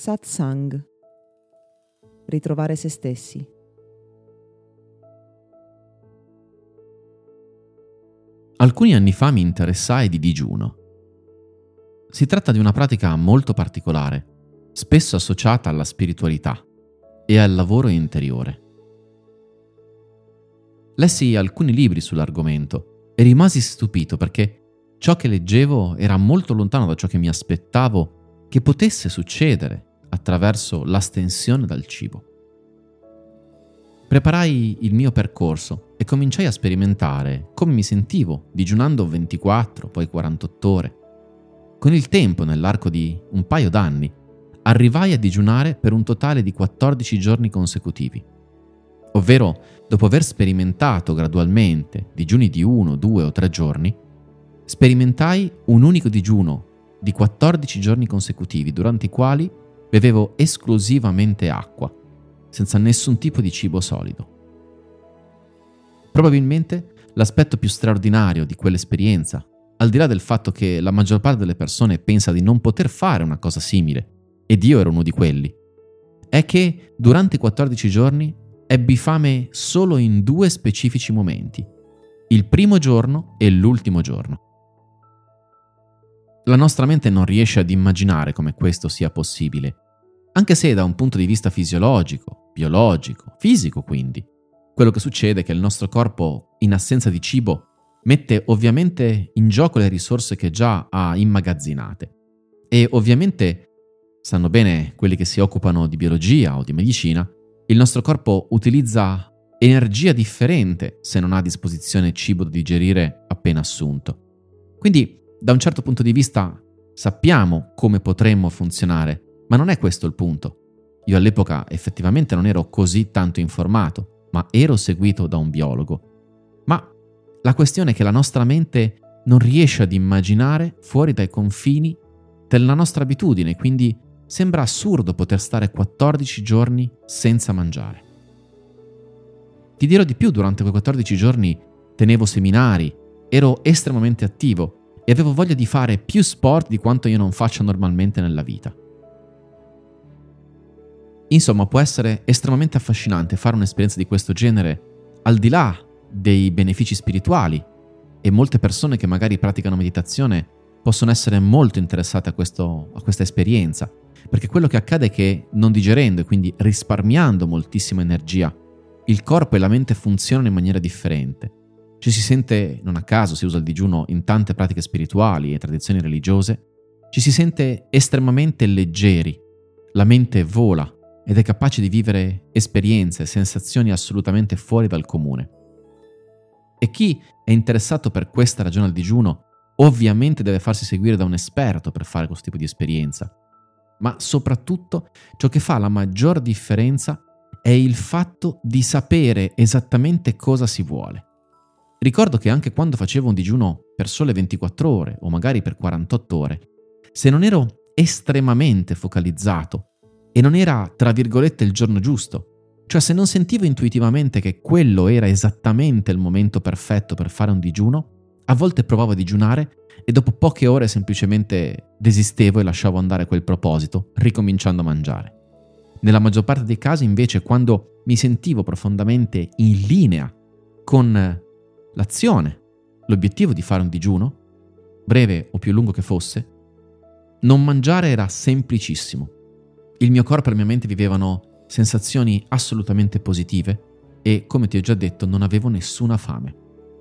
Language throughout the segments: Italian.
Satsang. Ritrovare se stessi. Alcuni anni fa mi interessai di digiuno. Si tratta di una pratica molto particolare, spesso associata alla spiritualità e al lavoro interiore. Lessi alcuni libri sull'argomento e rimasi stupito perché ciò che leggevo era molto lontano da ciò che mi aspettavo che potesse succedere attraverso l'astensione dal cibo. Preparai il mio percorso e cominciai a sperimentare come mi sentivo digiunando 24, poi 48 ore. Con il tempo, nell'arco di un paio d'anni, arrivai a digiunare per un totale di 14 giorni consecutivi. Ovvero, dopo aver sperimentato gradualmente digiuni di 1, 2 o 3 giorni, sperimentai un unico digiuno di 14 giorni consecutivi durante i quali bevevo esclusivamente acqua, senza nessun tipo di cibo solido. Probabilmente l'aspetto più straordinario di quell'esperienza, al di là del fatto che la maggior parte delle persone pensa di non poter fare una cosa simile, ed io ero uno di quelli, è che durante i 14 giorni ebbi fame solo in 2 specifici momenti, il primo giorno e l'ultimo giorno. La nostra mente non riesce ad immaginare come questo sia possibile, anche se da un punto di vista fisiologico, biologico, fisico quindi, quello che succede è che il nostro corpo, in assenza di cibo, mette ovviamente in gioco le risorse che già ha immagazzinate. E ovviamente, sanno bene quelli che si occupano di biologia o di medicina, il nostro corpo utilizza energia differente se non ha a disposizione cibo da digerire appena assunto. Quindi, da un certo punto di vista, sappiamo come potremmo funzionare, ma non è questo il punto. Io all'epoca effettivamente non ero così tanto informato, ma ero seguito da un biologo. Ma la questione è che la nostra mente non riesce ad immaginare fuori dai confini della nostra abitudine, quindi sembra assurdo poter stare 14 giorni senza mangiare. Ti dirò di più, durante quei 14 giorni tenevo seminari, ero estremamente attivo e avevo voglia di fare più sport di quanto io non faccia normalmente nella vita. Insomma, può essere estremamente affascinante fare un'esperienza di questo genere al di là dei benefici spirituali, e molte persone che magari praticano meditazione possono essere molto interessate a questa esperienza, perché quello che accade è che non digerendo e quindi risparmiando moltissima energia, il corpo e la mente funzionano in maniera differente. Ci si sente, non a caso si usa il digiuno in tante pratiche spirituali e tradizioni religiose, ci si sente estremamente leggeri, la mente vola ed è capace di vivere esperienze e sensazioni assolutamente fuori dal comune. E chi è interessato per questa ragione al digiuno ovviamente deve farsi seguire da un esperto per fare questo tipo di esperienza. Ma soprattutto ciò che fa la maggior differenza è il fatto di sapere esattamente cosa si vuole. Ricordo che anche quando facevo un digiuno per sole 24 ore o magari per 48 ore, se non ero estremamente focalizzato e non era, tra virgolette, il giorno giusto, cioè se non sentivo intuitivamente che quello era esattamente il momento perfetto per fare un digiuno, a volte provavo a digiunare e dopo poche ore semplicemente desistevo e lasciavo andare quel proposito, ricominciando a mangiare. Nella maggior parte dei casi, invece, quando mi sentivo profondamente in linea con l'azione, l'obiettivo di fare un digiuno, breve o più lungo che fosse, non mangiare era semplicissimo. Il mio corpo e la mia mente vivevano sensazioni assolutamente positive e, come ti ho già detto, non avevo nessuna fame.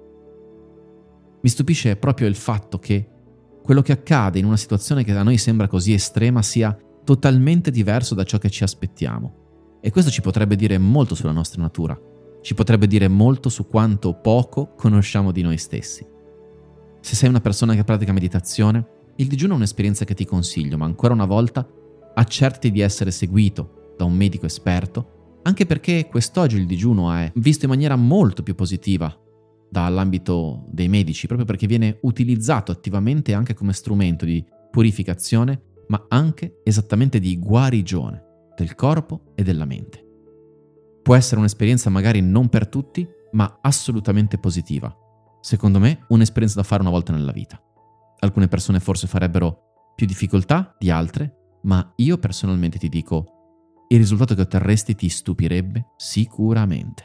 Mi stupisce proprio il fatto che quello che accade in una situazione che a noi sembra così estrema sia totalmente diverso da ciò che ci aspettiamo. E questo ci potrebbe dire molto sulla nostra natura, ci potrebbe dire molto su quanto poco conosciamo di noi stessi. Se sei una persona che pratica meditazione, il digiuno è un'esperienza che ti consiglio, ma ancora una volta accerti di essere seguito da un medico esperto, anche perché quest'oggi il digiuno è visto in maniera molto più positiva dall'ambito dei medici, proprio perché viene utilizzato attivamente anche come strumento di purificazione, ma anche esattamente di guarigione del corpo e della mente. Può essere un'esperienza magari non per tutti, ma assolutamente positiva. Secondo me, un'esperienza da fare una volta nella vita. Alcune persone forse farebbero più difficoltà di altre, ma io personalmente ti dico, il risultato che otterresti ti stupirebbe sicuramente.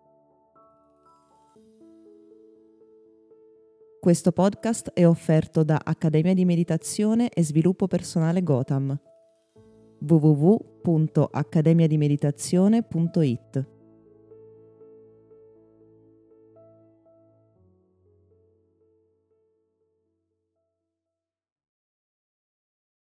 Questo podcast è offerto da Accademia di Meditazione e Sviluppo Personale Gotham. www.accademiadimeditazione.it